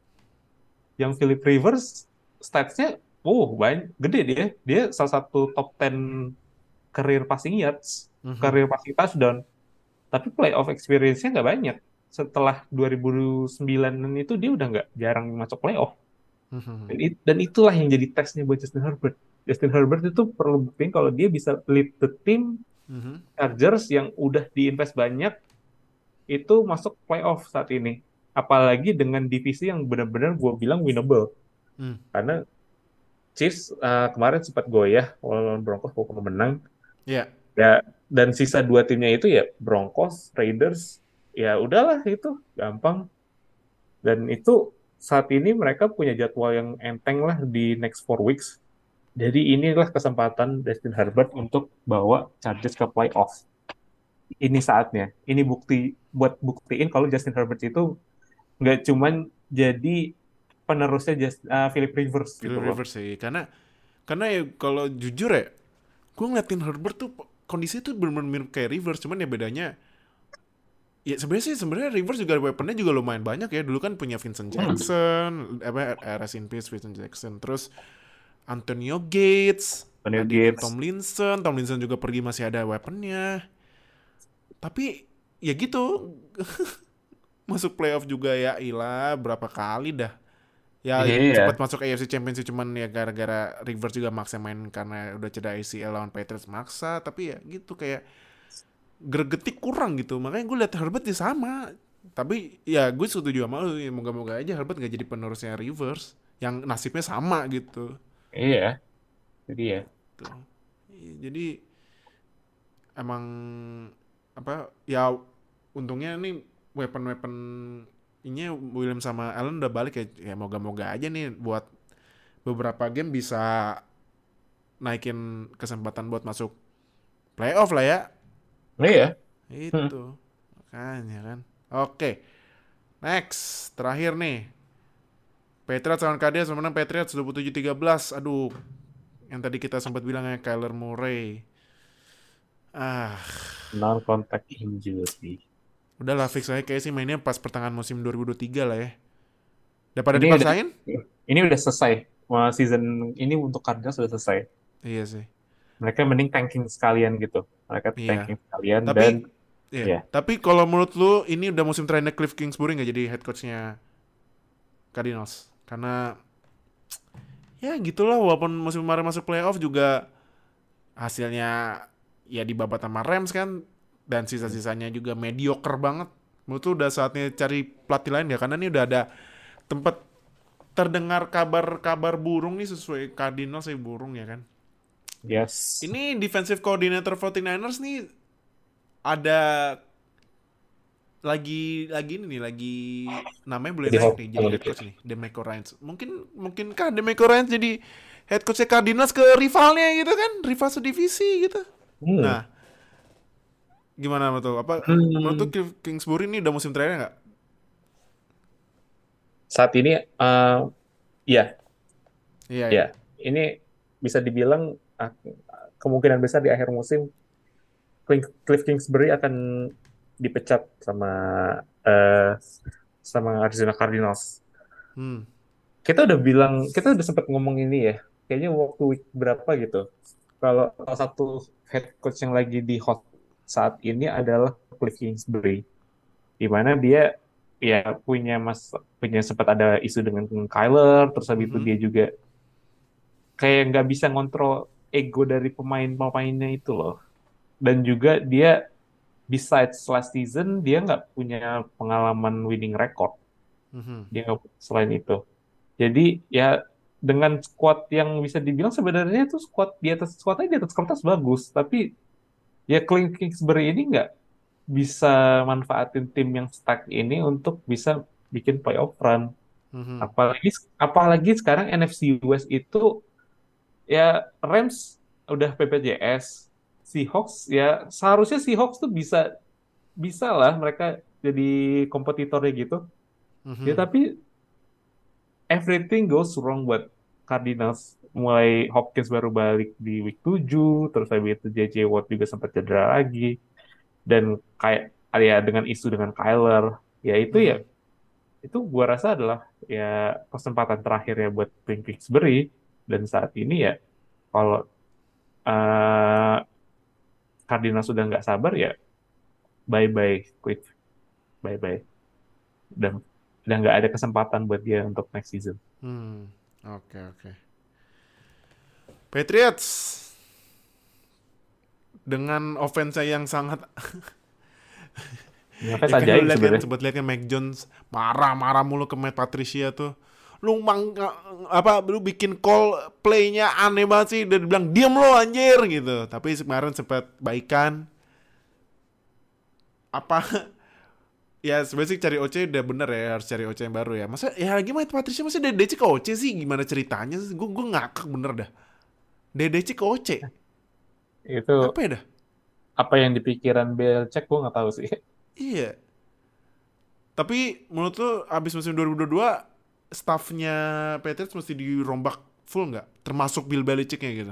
Yang Philip Rivers statsnya oh banyak gede dia. Dia salah satu top sepuluh career passing yards, Mhm. career passing touchdown. Tapi playoff experience-nya nggak banyak. Setelah dua ribu sembilan itu dia udah nggak jarang masuk playoff. Mhm. Dan, it- dan itulah yang jadi tesnya buat Justin Herbert. Justin Herbert itu perlu buktiin kalau dia bisa lead the team Mhm. Chargers yang udah diinvest banyak itu masuk playoff saat ini. Apalagi dengan divisi yang benar-benar gue bilang winnable. Hmm. Karena Chiefs uh, kemarin sempat goyah lawan Broncos walaupun menang. Ya. Ya, dan sisa dua timnya itu ya Broncos, Raiders, ya udahlah itu gampang. Dan itu saat ini mereka punya jadwal yang enteng lah di next four weeks. Jadi inilah kesempatan Justin Herbert untuk bawa Chargers ke playoff. Ini saatnya. Ini bukti buat buktiin kalau Justin Herbert itu nggak cuman jadi penerusnya Just, uh, Philip Rivers Phil gitu loh. Rivers sih, karena karena ya kalau jujur ya, gue ngeliatin Herbert tuh kondisinya tuh bener-bener mirip kayak Rivers, cuman ya bedanya ya sebenarnya sih sebenarnya Rivers juga weaponnya juga lumayan banyak ya. Dulu kan punya Vincent Jackson, apa rest in peace Vincent Jackson. Terus Antonio Gates, Antonio adiknya Gates. Tomlinson, Tomlinson juga pergi masih ada weaponnya. Tapi ya gitu, masuk playoff juga ya ilah berapa kali dah. Ya Iya. cepat masuk A F C Championship cuman ya gara-gara Rivers juga maksa main karena udah cedera A C L lawan Patriots maksa. Tapi ya gitu kayak gregetik kurang gitu. Makanya gue liat Herbert ya sama. Tapi ya gue setuju sama lu. Ya, moga-moga aja Herbert gak jadi penerusnya Rivers yang nasibnya sama gitu. Iya. Jadi ya. Tuh. Jadi emang apa ya untungnya nih weapon-weapon ini William sama Allen udah balik ya. Ya moga-moga aja nih buat beberapa game bisa naikin kesempatan buat masuk playoff lah ya. Iya. Hmm. Itu makanya kan. Oke, next terakhir nih Patriots lawan Cardinals menang Patriots dua puluh tujuh tiga belas. Aduh, yang tadi kita sempat bilang ya Kyler Murray. Ah, Non-contact injury. udahlah fix aja kayak sih mainnya pas pertengahan musim dua ribu dua puluh tiga lah ya. Udah pada Ini udah dipaksain? ini udah selesai. Wah, season ini untuk Cardinals sudah selesai. Iya sih. Mereka mending tanking sekalian gitu. Mereka Iya. tanking sekalian dan Tapi iya. ya. Tapi kalau menurut lu ini udah musim terakhir Cliff Kingsbury nggak jadi head coachnya Cardinals? Karena ya gitulah walaupun musim kemarin masuk playoff juga hasilnya ya dibabat sama Rams kan dan sisa-sisanya juga mediocre banget. Menurut lu udah saatnya cari pelatih lain ya karena ini udah ada tempat terdengar kabar-kabar burung nih sesuai Cardinals sih burung ya kan. Yes. Ini defensive coordinator forty-niners nih ada lagi lagi ini nih lagi namanya boleh Jadi naik hope nih jadi kalau head gitu. coach nih Demeco Ryans. Mungkin mungkinkah Demeco Ryans jadi head coachnya Cardinals ke rivalnya gitu kan, rival sedivisi gitu. Hmm. Nah, gimana menurut tuh? Apa menurut tuh Hmm. Cliff Kingsbury ini udah musim terakhir nggak? Saat ini uh, ya, Iya ya. ya. Ini bisa dibilang uh, kemungkinan besar di akhir musim Cliff Kingsbury akan dipecat sama uh, sama Arizona Cardinals. Hmm. Kita udah bilang, kita udah sempat ngomong ini ya, kayaknya waktu week berapa gitu. Kalau salah satu head coach yang lagi di hot saat ini adalah Cliff Kingsbury, di mana dia ya punya mas punya sempat ada isu dengan Kyler, terus habis itu Mhm. dia juga kayak nggak bisa ngontrol ego dari pemain-pemainnya itu loh. Dan juga dia besides last season dia nggak punya pengalaman winning record. Mhm. Dia nggak selain itu. Jadi ya dengan squad yang bisa dibilang sebenarnya itu squad di atas squadnya di atas kertas bagus, tapi ya Cliff Kingsbury ini nggak bisa manfaatin tim yang stack ini untuk bisa bikin playoff run. Mhm. Apalagi apalagi sekarang N F C West itu ya Rams udah P P J S, Seahawks ya seharusnya Seahawks tuh bisa bisa lah mereka jadi kompetitornya gitu. Ya Mhm. tapi everything goes wrong buat Cardinals. Mulai Hopkins baru balik di week tujuh, terus habis itu J J Watt juga sempat cedera lagi. Dan kayak ya dengan isu dengan Kyler, ya itu ya Mhm. itu gua rasa adalah ya kesempatan terakhir ya buat Cliff Kingsbury. Dan saat ini ya kalau uh, Cardinals sudah nggak sabar ya bye bye Cliff, bye bye. Dan udah nggak ada kesempatan buat dia untuk next season. Hmm. Oke oke. Patriots dengan offense yang sangat Mereka ya kan lu ajaib lihat kan sebenarnya. sempat lihat kan Mac Jones marah-marah mulu ke Matt Patricia tuh. Lu mang apa lu bikin call play-nya aneh banget sih dan bilang diam lo anjir gitu. Tapi kemarin sempat baikan apa Ya sebenarnya sih cari O C udah bener ya, harus cari O C yang baru ya. Masa ya lagi Matt Patricia masa dari D C ke O C sih, gimana ceritanya? Gue gue ngakak bener dah. Dari D C ke O C. Itu Apa ya dah? apa yang dipikiran Belichick gue nggak tahu sih. Iya. Tapi menurut lu abis musim dua ribu dua puluh dua staffnya Patriots mesti dirombak full nggak? Termasuk Bill Belichicknya gitu.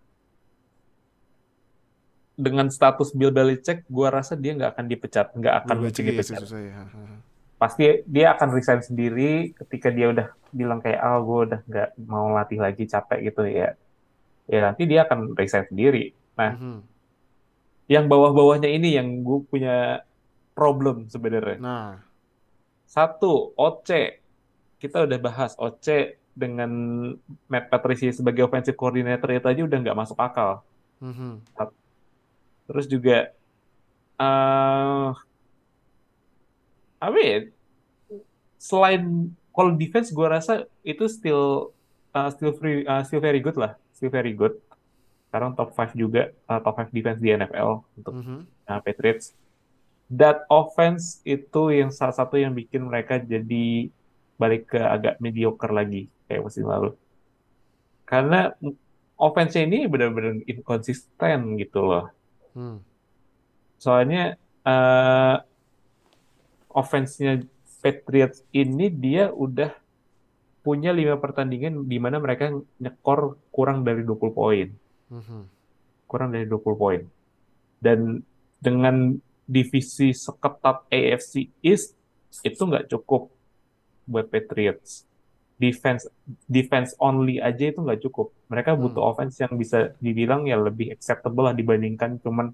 Dengan status Bill Belichick, gue rasa dia nggak akan dipecat, nggak akan Bill mungkin Belichick ya sih dipecat. susah ya. Pasti dia akan resign sendiri ketika dia udah bilang kayak, oh gue udah nggak mau latih lagi, capek gitu ya. Ya nanti dia akan resign sendiri. Nah, Mhm. yang bawah-bawahnya ini yang gue punya problem sebenarnya. Nah, Satu, O C. Kita udah bahas O C dengan Matt Patricia sebagai offensive coordinator itu aja udah nggak masuk akal. mhm. Terus juga, eh apa ya, selain kalau defense gue rasa itu still uh, still free, uh, still very good lah, still very good. Sekarang top five juga, uh, top five defense di N F L untuk Mhm. uh, Patriots. That offense itu yang salah satu yang bikin mereka jadi balik ke agak mediocre lagi kayak musim lalu. Karena offense ini benar-benar inkonsisten gitu loh. Hmm. Soalnya uh, offense-nya Patriots ini dia udah punya lima pertandingan di mana mereka nyekor kurang dari dua puluh poin. Mhm. Kurang dari dua puluh poin. Dan dengan divisi seketat A F C East, itu nggak cukup buat Patriots. Defense defense only aja itu nggak cukup. Mereka butuh Hmm. offense yang bisa dibilang ya lebih acceptable lah dibandingkan cuman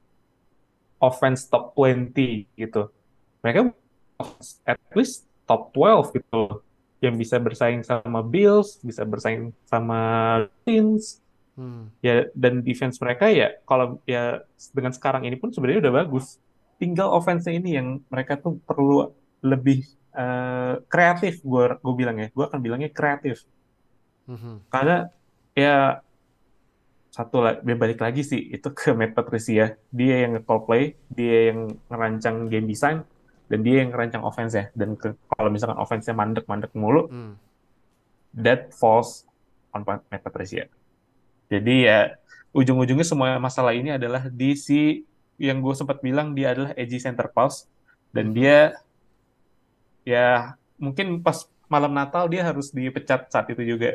offense top dua puluh gitu. Mereka at least top dua belas gitu loh. Yang bisa bersaing sama Bills, bisa bersaing sama Saints. Hmm. Ya, dan defense mereka ya kalau ya dengan sekarang ini pun sebenarnya udah bagus. Tinggal offense-nya ini yang mereka tuh perlu lebih eh, kreatif, gue gue bilang ya. Gue akan bilangnya kreatif. Mhm. Karena ya satu lah, balik lagi sih itu ke Matt Patricia. Dia yang nge-call play, dia yang ngerancang game design, dan dia yang ngerancang offense ya. Dan ke, kalau misalkan offense-nya mandek-mandek mulu, Hmm. that falls on Pat- Matt Patricia. Jadi ya ujung-ujungnya semua masalah ini adalah di si yang gue sempat bilang dia adalah edgy center pass dan Mhm. dia ya mungkin pas malam Natal dia harus dipecat saat itu juga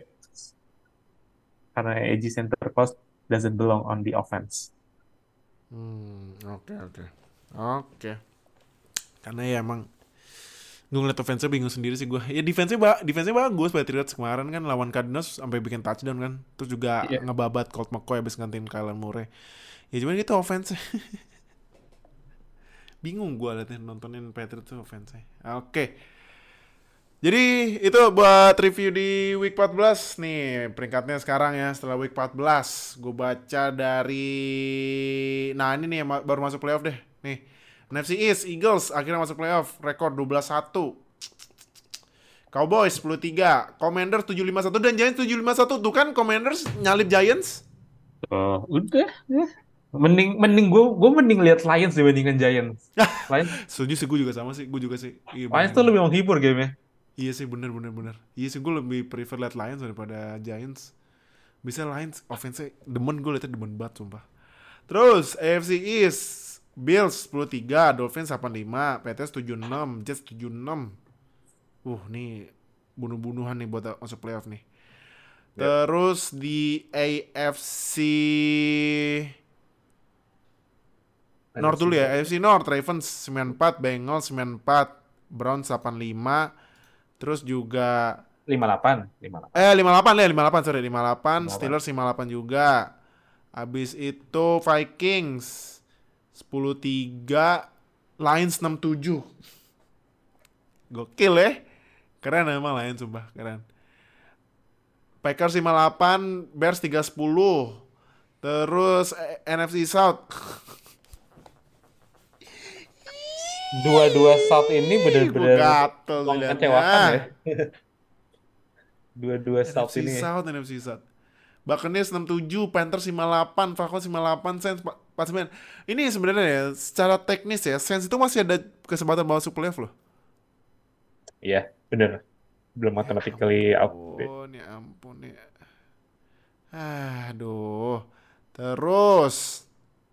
karena edgy center pass doesn't belong on the offense. Hmm. Oke oke. Oke. Karena ya emang gue ngeliat offense-nya bingung sendiri sih gue. Ya defense-nya ba- defense-nya bagus Patriots kemarin kan lawan Cardinals sampai bikin touchdown kan. Terus juga Iya. ngebabat Colt McCoy abis gantiin Kyler Murray. Ya cuman gitu offense. Bingung gue liatnya nontonin Patriots tuh offense. Oke. Jadi itu buat review di week empat belas nih peringkatnya sekarang ya setelah week empat belas. Gue baca dari nah ini nih yang ma- baru masuk playoff deh. Nih. N F C East Eagles akhirnya masuk playoff, rekor dua belas satu. Cowboys sepuluh tiga, Commanders tujuh lima satu dan Giants tujuh lima satu. Tuh kan Commanders nyalip Giants. Oh, udah. Ya. Mending mending gue gue mending lihat Lions dibandingkan Giants. Lions Setuju sih, gue juga sama sih, gue juga sih. Iya Lions tuh bener-bener. lebih menghibur gamenya. Iya sih bener bener bener. Iya sih gue lebih prefer liat Lions daripada Giants. Bisa Lions offense demen, gue liatnya demen banget sumpah. Terus A F C East Bills sepuluh tiga, Dolphins delapan lima, Patriots tujuh enam, Jets tujuh enam. Uh nih bunuh-bunuhan nih buat masuk playoff nih. Yep. Terus di A F C North dulu ya. A F C North Ravens sembilan empat, Bengals sembilan empat, Browns delapan lima. Terus juga lima delapan, lima delapan. Eh lima delapan ya, lima delapan sorry, lima delapan, lima delapan. Steelers lima delapan juga. Habis itu Vikings sepuluh tiga, Lions enam tujuh. Gokil ya. Keren emang Lions sumpah, keren. Packers lima delapan, Bears tiga sepuluh. Terus eh, N F C South. Dua-dua South ini Gue benar-benar gatel sih liatnya. mengecewakan ya. Dua-dua N F South C ini. South, N F C South. Buccaneers enam puluh tujuh, Panthers lima puluh delapan, Falcons lima puluh delapan, Saints empat puluh sembilan. Ini sebenarnya ya, secara teknis ya, Saints itu masih ada kesempatan masuk playoff loh. Iya, bener. Belum automatically out. Oh, ya ampun ya. Aduh. Terus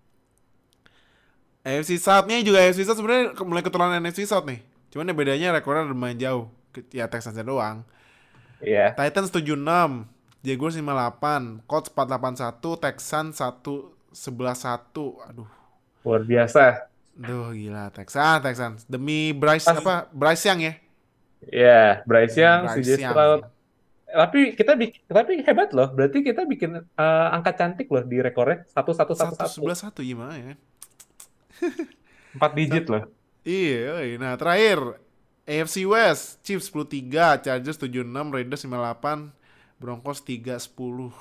A F C South-nya juga A F C South sebenarnya mulai ketularan N F C South nih. Cuman ya bedanya rekornya lumayan jauh. Ya Texans doang. Iya. Titans tujuh puluh enam, Jaguars lima puluh delapan, Colts empat puluh delapan satu, Texans satu sebelas satu. Aduh. Luar biasa. Duh gila Texans, Texans. Demi Bryce Pas- apa? Bryce Young ya. Iya, Bryce Young, Bryce C J Young. Stroud. Tapi kita bikin, tapi hebat loh. Berarti kita bikin eh, angka cantik loh di rekornya satu satu satu satu satu. sebelas satu gimana ya? Empat digit loh. Iya, iya. Nah terakhir A F C West, Chiefs sepuluh tiga, Chargers tujuh enam, Raiders lima puluh delapan, Broncos tiga sepuluh.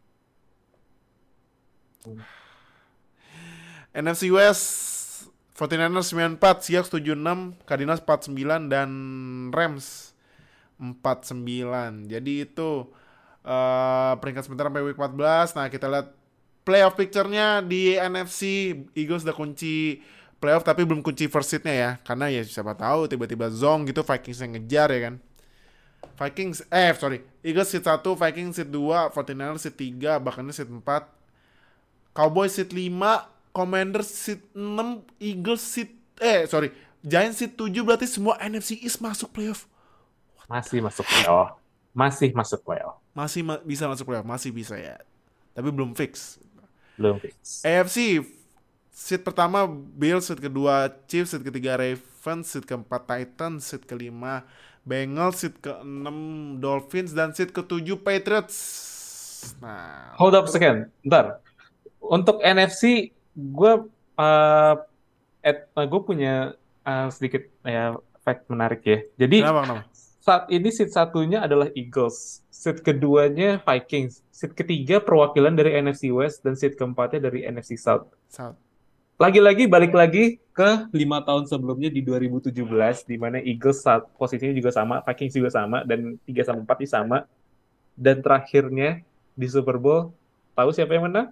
N F C West, forty-niners sembilan empat, Seahawks tujuh enam, Cardinals empat sembilan, dan Rams empat sembilan. Jadi itu uh, peringkat sementara sampai week empat belas. Nah kita lihat playoff picture-nya di N F C. Eagles udah kunci playoff tapi belum kunci first seed-nya ya. Karena ya siapa tahu tiba-tiba zong gitu Vikings yang ngejar ya kan. Vikings, eh sorry Eagles seed satu, Vikings seed dua, forty-niners seed tiga, Buccaneers seed empat, Cowboys seed lima, Commanders seed enam, Eagles seed eh sorry Giants seed tujuh. Berarti semua N F C East masuk playoff. Masih masuk playoff. Masih masuk playoff. Masih ma- bisa masuk playoff, masih bisa ya. Tapi belum fix. Belum fix. A F C seed pertama Bills, seed kedua Chiefs, seed ketiga Ravens, seed keempat Titans, seed kelima Bengals, seed keenam Dolphins, dan seed ketujuh Patriots. Nah, Hold up a second. Bentar. Untuk N F C, gue uh, gue punya uh, sedikit ya fact menarik ya. Jadi kenapa kenapa? saat ini seat satunya adalah Eagles, seat keduanya Vikings, seat ketiga perwakilan dari N F C West, dan seat keempatnya dari N F C South. South. Lagi-lagi balik lagi ke lima tahun sebelumnya di dua ribu tujuh belas, di mana Eagles saat posisinya juga sama, Vikings juga sama, dan tiga sama empat ini sama. Dan terakhirnya di Super Bowl, tahu siapa yang menang?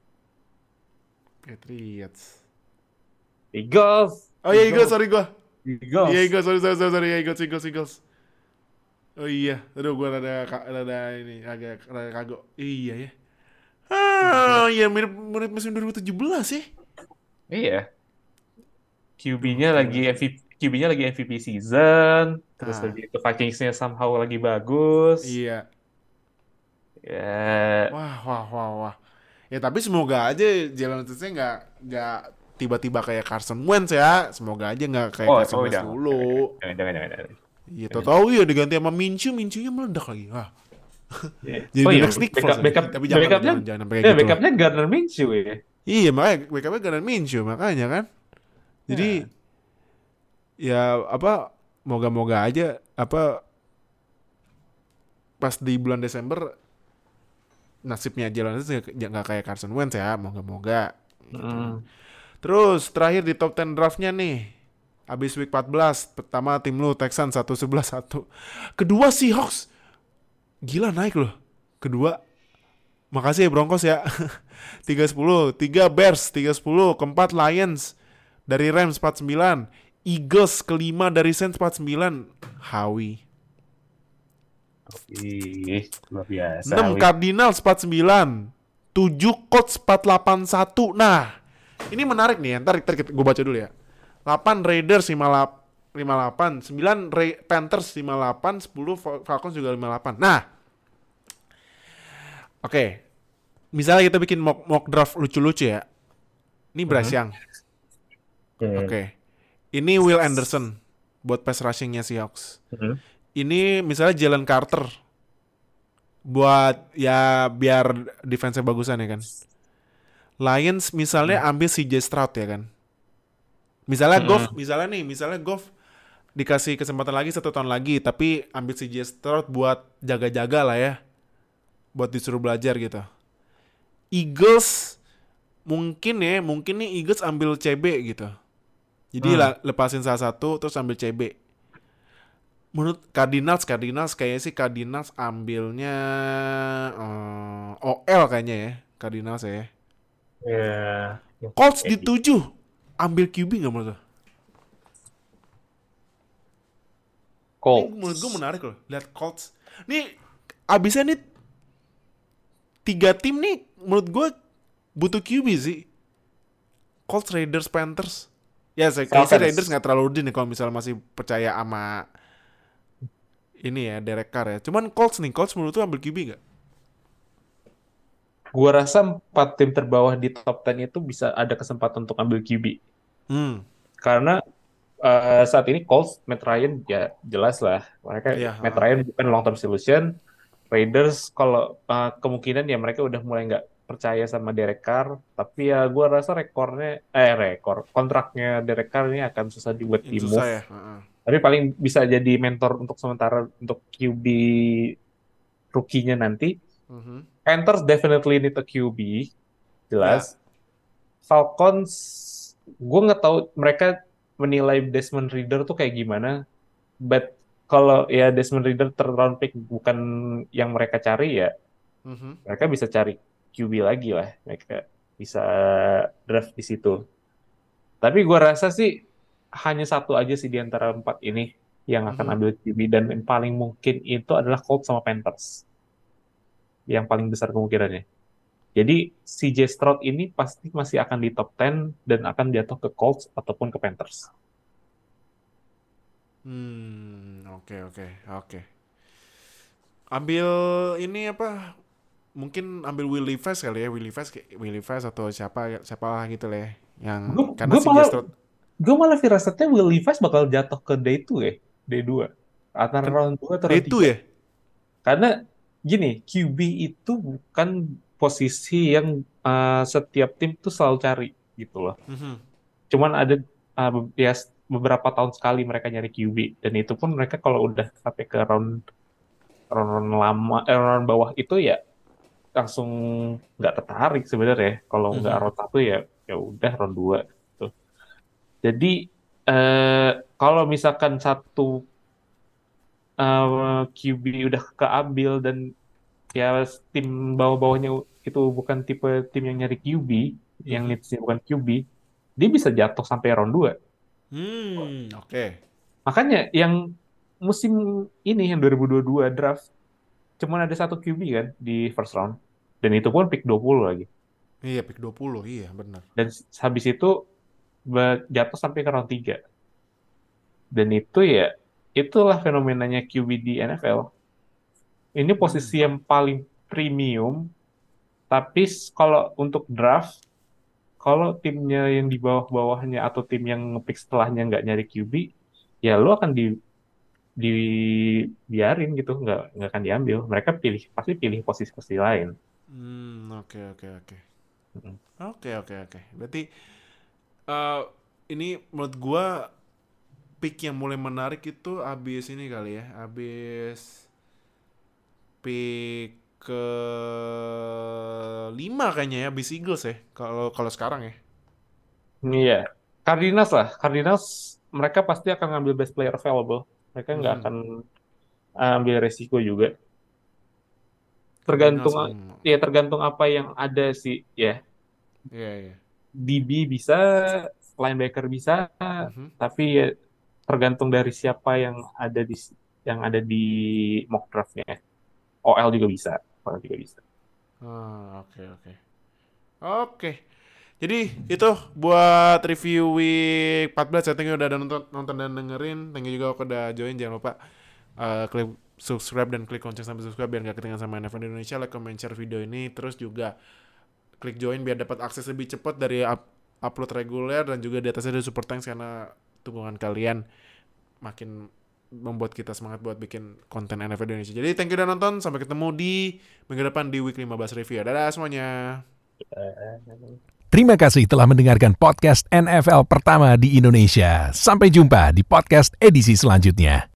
Patriots. Eagles. Oh iya Eagles, sorry gua. Eagles. Iya Eagles, sorry sorry sorry, sorry. Eagles, Eagles, Eagles. Oh iya, aduh gua rada rada ini agak rada kagok. Iya ya. Ah, iya mirip mirip musim dua ribu tujuh belas ya. Iya. Q B-nya lagi M V P, Q B-nya lagi M V P season, terus Ah. lagi itu Vikings-nya somehow lagi bagus. Iya. Ya, Wah, wah, wah, wah. Ya tapi semoga aja Jalen Hurts-nya nggak nggak tiba-tiba kayak Carson Wentz ya. Semoga aja nggak kayak Oh, Carson oh, Wentz jangan. dulu. jangan jangan jangan. jangan. Iya, tahu ya diganti sama Minshew, Minshew-nya meledak lagi. Wah. Ya. Jadi Oh the iya, next Nick backup, Foles. backup, Tapi jangan, backupnya, jangan, jangan sampai kayak ya, gitu. backupnya Gardner Minshew ya. Iya, makanya backupnya Gardner Minshew makanya kan. Jadi ya apa moga-moga aja apa pas di bulan Desember nasibnya Jalen Hurts nggak kayak Carson Wentz ya, moga-moga. Mm. Terus terakhir di top sepuluh draftnya nih, abis week empat belas, pertama tim lu Texans satu sebelas satu, kedua Seahawks, gila naik loh, kedua, makasih ya Broncos ya, tiga sepuluh, tiga Bears tiga sepuluh, keempat Lions dari Rams empat sembilan, Eagles kelima dari Saints empat sembilan, Howie. Ih, luar biasa. enam Wih. Cardinals empat sembilan, tujuh Colts empat delapan satu. Nah, ini menarik nih, ntar, ntar gue baca dulu ya. delapan Raiders lima puluh delapan, sembilan Ray- Panthers lima puluh delapan, sepuluh Falcons juga lima puluh delapan. Nah, oke, okay. Misalnya kita bikin mock, mock draft lucu-lucu ya. Ini Bryce Young. Hmm. Oke. Okay. Ini Will Anderson buat pass rushing-nya Seahawks. Hmm. Ini misalnya Jalen Carter buat ya biar defense-nya bagusan ya kan. Lions misalnya ambil C J Stroud ya kan. Misalnya Hmm. Goff, misalnya nih, misalnya Goff dikasih kesempatan lagi satu tahun lagi, tapi ambil C J Stroud buat jaga-jaga lah ya, buat disuruh belajar gitu. Eagles mungkin ya, mungkin nih Eagles ambil C B gitu. Jadi Hmm. lah, lepasin salah satu terus ambil C B. Menurut Cardinals, Cardinals kayaknya sih Cardinals ambilnya uh, O L kayaknya ya, Cardinals ya. Ya. Colts di tujuh, ambil Q B nggak menurut lo? Colts. Ini menurut gue menarik loh, lihat Colts. Nih abisnya nih tiga tim nih, menurut gue butuh Q B sih. Colts, Raiders, Panthers. Ya saya kayaknya sih Raiders nggak terlalu rugi nih kalau misalnya masih percaya sama ini ya Derek Carr ya. Cuman Colts nih, Colts menurut lo ambil Q B nggak? Gua rasa empat tim terbawah di top sepuluh itu bisa ada kesempatan untuk ambil Q B. Hmm. Karena uh, saat ini Colts, Matt Ryan ya jelas lah. Mereka Iya, Matt uh. Ryan bukan long term solution. Raiders kalau uh, kemungkinan ya mereka udah mulai nggak percaya sama Derek Carr. Tapi ya gue rasa rekornya, eh rekor, kontraknya Derek Carr ini akan susah dibuat di Susah move. ya. Uh-uh. Tapi paling bisa jadi mentor untuk sementara untuk Q B rookie-nya nanti. Uh-huh. Panthers definitely need a Q B, jelas. Yeah. Falcons, gue nggak tahu mereka menilai Desmond Ridder tuh kayak gimana. But kalau ya Desmond Ridder third round pick bukan yang mereka cari ya, Uh-huh. mereka bisa cari Q B lagi lah. Mereka bisa draft di situ. Tapi gue rasa sih hanya satu aja sih di antara empat ini yang akan Uh-huh. ambil Q B, dan yang paling mungkin itu adalah Colts sama Panthers. Yang paling besar kemungkinannya. Jadi C J Stroud ini pasti masih akan di top sepuluh dan akan jatuh ke Colts ataupun ke Panthers. Hmm, oke okay, oke okay, oke. Okay. Ambil ini apa? Mungkin ambil Will Levis kali ya, Will Levis, Will Levis atau siapa siapa lah gitu lah ya. Yang Gue karena C J Stroud. Gue malah firasatnya Will Levis bakal jatuh ke day dua ya, day dua. Antara round dua atau round tiga. Ya? Karena gini, Q B itu bukan posisi yang uh, setiap tim tuh selalu cari gitu loh. Mm-hmm. Cuman ada uh, ya beberapa tahun sekali mereka nyari Q B, dan itu pun mereka kalau udah sampai ke round round lama, eh, round bawah itu ya langsung nggak tertarik sebenarnya. Kalau nggak Mm-hmm. round satu ya ya udah round dua. Gitu. Jadi uh, kalau misalkan satu uh, Q B udah keambil dan ya tim bawah-bawahnya itu bukan tipe tim yang nyari Q B, mm-hmm. yang needs-nya bukan Q B, dia bisa jatuh sampai round dua. Hmm, oke. Okay. Makanya yang musim ini yang dua ribu dua puluh dua draft cuma ada satu Q B kan di first round, dan itu pun pick dua puluh lagi. Iya, pick dua puluh, iya benar. Dan habis itu jatuh sampai ke round tiga. Dan itu ya itulah fenomenanya Q B di N F L. Ini posisi hmm. yang paling premium, tapi kalau untuk draft, kalau timnya yang di bawah-bawahnya atau tim yang nge-pick setelahnya nggak nyari Q B, ya lo akan di dibiarin gitu, nggak nggak akan diambil. Mereka pilih pasti pilih posisi-posisi lain. Hmm, oke oke oke. Oke oke oke. Berarti uh, ini menurut gua pick yang mulai menarik itu abis ini kali ya, abis pick ke lima kayaknya ya, abis Eagles ya, kalau kalau sekarang ya. Iya, Cardinals lah, Cardinals mereka pasti akan ngambil best player available, mereka nggak hmm. akan ambil resiko juga. Tergantung, Cardinals, ya tergantung apa yang ada sih ya. Iya yeah, iya. Yeah. D B bisa, linebacker bisa, mm-hmm. tapi ya tergantung dari siapa yang ada di yang ada di mock draftnya. O L juga bisa, O L juga bisa. Ah, oke oke. Oke. Jadi itu buat review week empat belas. Saya thank you udah nonton, nonton dan dengerin. Thank you juga aku udah join. Jangan lupa uh, klik subscribe dan klik lonceng sampai subscribe biar gak ketinggalan sama N F L Indonesia. Like, comment, share video ini. Terus juga klik join biar dapat akses lebih cepat dari up, upload reguler, dan juga di atasnya ada super thanks karena dukungan kalian makin membuat kita semangat buat bikin konten N F L Indonesia. Jadi thank you udah nonton. Sampai ketemu di minggu depan di week lima belas review. Dadah semuanya. Terima kasih telah mendengarkan podcast N F L pertama di Indonesia. Sampai jumpa di podcast edisi selanjutnya.